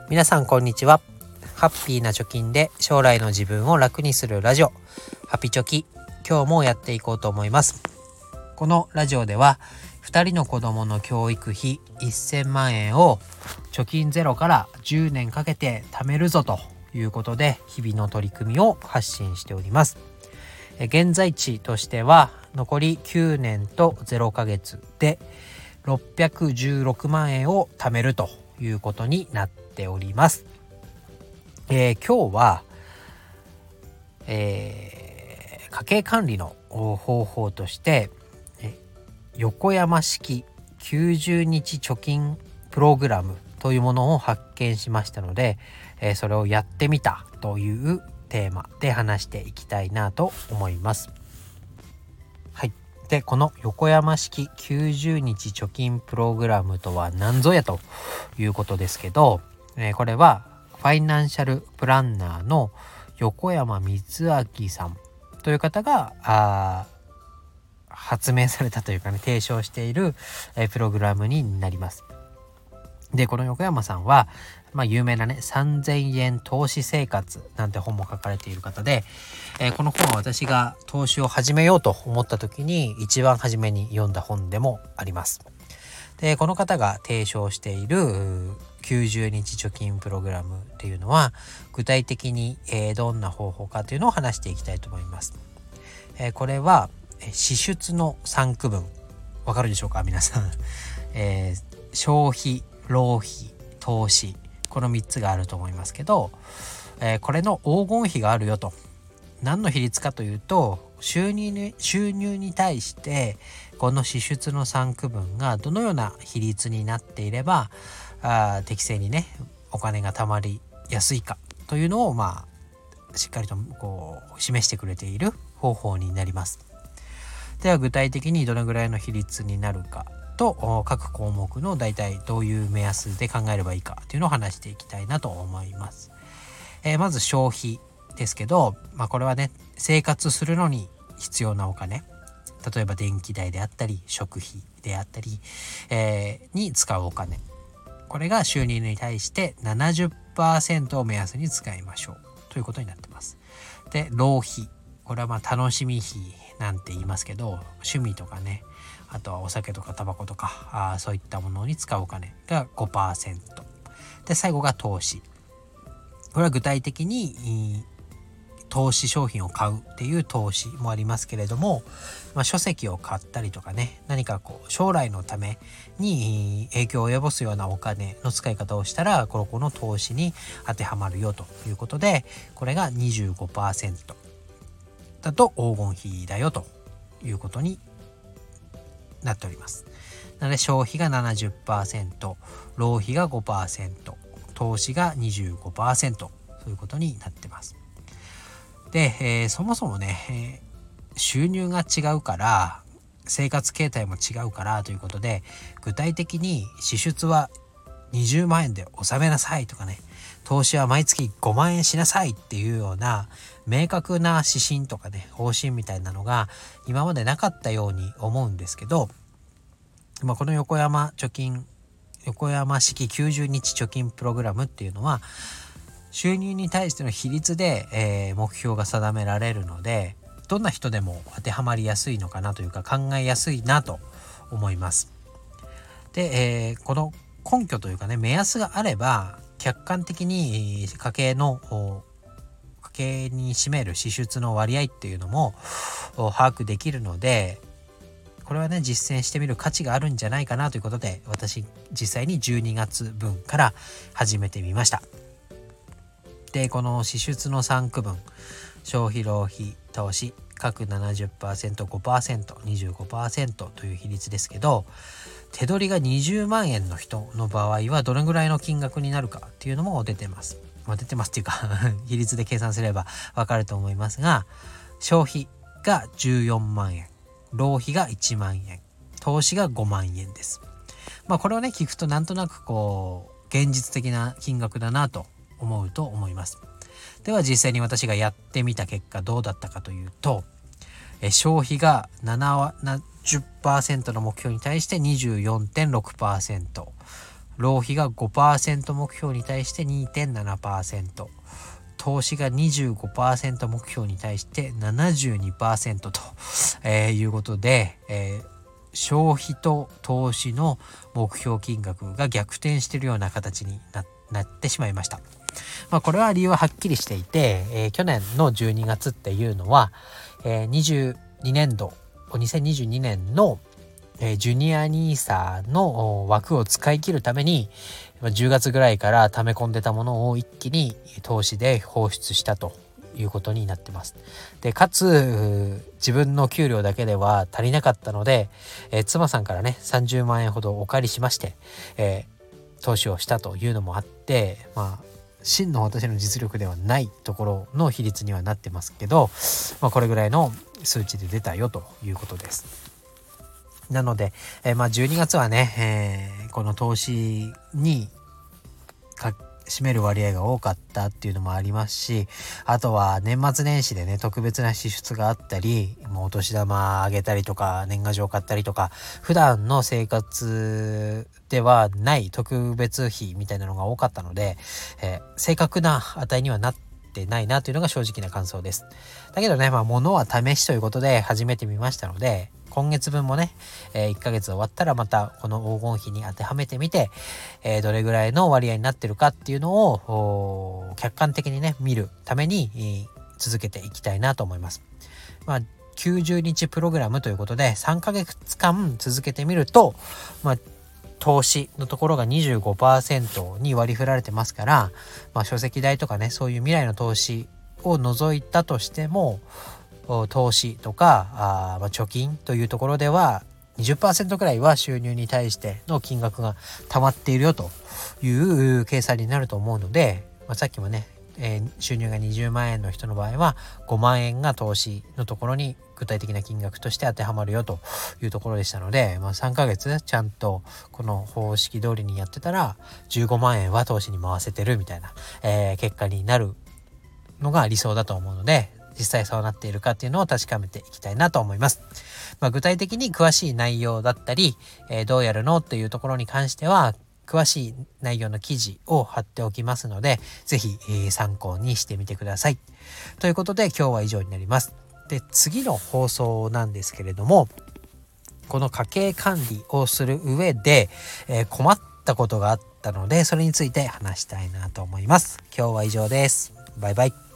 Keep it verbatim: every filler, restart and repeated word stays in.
皆さんこんにちは。ハッピーな貯金で将来の自分を楽にするラジオ、ハピチョキ、今日もやっていこうと思います。このラジオではふたりの子供の教育費せんまんえんを貯金ゼロからじゅうねんかけて貯めるぞということで、日々の取り組みを発信しております。現在地としては残りきゅうねんとゼロかげつでろっぴゃくじゅうろくまんえんを貯めるということになっております。えー、今日は、えー、家計管理の方法として横山式きゅうじゅうにち貯金プログラムというものを発見しましたので、えー、それをやってみたというテーマで話していきたいなと思います。はい。で、この横山式きゅうじゅうにち貯金プログラムとは何ぞやということですけど、えー、これはファイナンシャルプランナーの横山光明さんという方があ発明されたというかね、提唱している、えー、プログラムになります。で、この横山さんは、まあ、有名なねさんぜんえん投資生活なんて本も書かれている方で、えー、この本は私が投資を始めようと思った時に一番初めに読んだ本でもあります。で、この方が提唱しているきゅうじゅうにち貯金プログラムっていうのは具体的に、えー、どんな方法かというのを話していきたいと思います。えー、これは支出のさんくぶん、わかるでしょうか皆さん、えー、消費、浪費、投資、このみっつがあると思いますけど、えー、これの黄金比があるよと。何の比率かというと、収入に、収入に対してこの支出のさんくぶんがどのような比率になっていればあ適正にねお金が貯まりやすいかというのをまあしっかりとこう示してくれている方法になります。では具体的にどのぐらいの比率になるかと各項目のだいたいどういう目安で考えればいいかというのを話していきたいなと思います。えー、まず消費ですけど、まあ、これはね生活するのに必要なお金、例えば電気代であったり食費であったり、えー、に使うお金、これが収入に対して ななじゅっパーセント を目安に使いましょうということになってます。で、浪費、これはまあ楽しみ費なんて言いますけど、趣味とかね、あとはお酒とかタバコとかあそういったものに使うお金が ごパーセント で、最後が投資、これは具体的に投資商品を買うっていう投資もありますけれども、まあ、書籍を買ったりとかね、何かこう将来のために影響を及ぼすようなお金の使い方をしたら、この子の投資に当てはまるよということで、これが にじゅうごパーセント だと黄金比だよということになっております。なので消費が ななじゅっパーセント、浪費が ごパーセント、投資が にじゅうごパーセント、そういうことになってます。で、えー、そもそもね、えー、収入が違うから生活形態も違うからということで、具体的に支出はにじゅうまんえんで納めなさいとかね、投資は毎月ごまんえんしなさいっていうような明確な指針とかね方針みたいなのが今までなかったように思うんですけど、まあ、この横山貯金横山式きゅうじゅうにち貯金プログラムっていうのは収入に対しての比率で、えー、目標が定められるので、どんな人でも当てはまりやすいのかなというか考えやすいなと思います。で、えー、この根拠というかね目安があれば客観的に家計の家計に占める支出の割合っていうのも把握できるので、これはね実践してみる価値があるんじゃないかなということで、私実際にじゅうにがつぶんから始めてみました。で、この支出のさんくぶん、消費、浪費、投資各 ななじゅっパーセント、ごパーセント、にじゅうごパーセント という比率ですけど、手取りがにじゅうまんえんの人の場合はどれぐらいの金額になるかっていうのも出てます。まあ、出てますっていうか比率で計算すればわかると思いますが、消費がじゅうよんまんえん、浪費がいちまんえん、投資がごまんえんです。まあこれをね聞くとなんとなくこう現実的な金額だなと思うと思います。では実際に私がやってみた結果どうだったかというと、え消費がななじゅっパーセントの目標に対して にじゅうよんてんろくパーセント、 浪費が ごパーセント 目標に対して にてんななパーセント、投資が にじゅうごパーセント 目標に対して ななじゅうにパーセント と、えー、いうことで、えー、消費と投資の目標金額が逆転しているような形に な, なってしまいました。まあ、これは理由ははっきりしていて、えー、去年のじゅうにがつっていうのは、えー、にじゅうにねんどにせんにじゅうにねんのえー、ジュニアニーサの枠を使い切るためにじゅうがつぐらいから溜め込んでたものを一気に投資で放出したということになってます。でかつ自分の給料だけでは足りなかったので、えー、妻さんからねさんじゅうまんえんほどお借りしまして、えー、投資をしたというのもあって、まあ真の私の実力ではないところの比率にはなってますけど、まあ、これぐらいの数値で出たよということです。なので、えー、まあじゅうにがつはね、えー、この投資にか占める割合が多かったっていうのもありますし、あとは年末年始でね特別な支出があったり、もうお年玉あげたりとか年賀状買ったりとか、普段の生活ではない特別費みたいなのが多かったので、えー、正確な値にはなってないなというのが正直な感想です。だけどね、まあ物は試しということで始めてみましたので、今月分もね、えー、いっかげつ終わったらまたこの黄金比に当てはめてみて、えー、どれぐらいの割合になってるかっていうのを客観的にね見るために、えー、続けていきたいなと思います。まあきゅうじゅうにちプログラムということでさんかげつかん続けてみると、まあ投資のところが にじゅうごパーセント に割り振られてますから、まあ、書籍代とかねそういう未来の投資を除いたとしても投資とかあ、まあ、貯金というところでは にじゅっパーセント くらいは収入に対しての金額が溜まっているよという計算になると思うので、まあ、さっきもね、えー、収入がにじゅうまんえんの人の場合はごまんえんが投資のところに具体的な金額として当てはまるよというところでしたので、まあ、さんかげつちゃんとこの方式通りにやってたらじゅうごまんえんは投資に回せてるみたいな、えー、結果になるのが理想だと思うので、実際そうなっているかっていうのを確かめていきたいなと思います。まあ、具体的に詳しい内容だったり、えー、どうやるのっていうところに関しては詳しい内容の記事を貼っておきますので、ぜひ、えー、参考にしてみてください。ということで今日は以上になります。で、次の放送なんですけれども、この家計管理をする上で、えー、困ったことがあったので、それについて話したいなと思います。今日は以上です。バイバイ。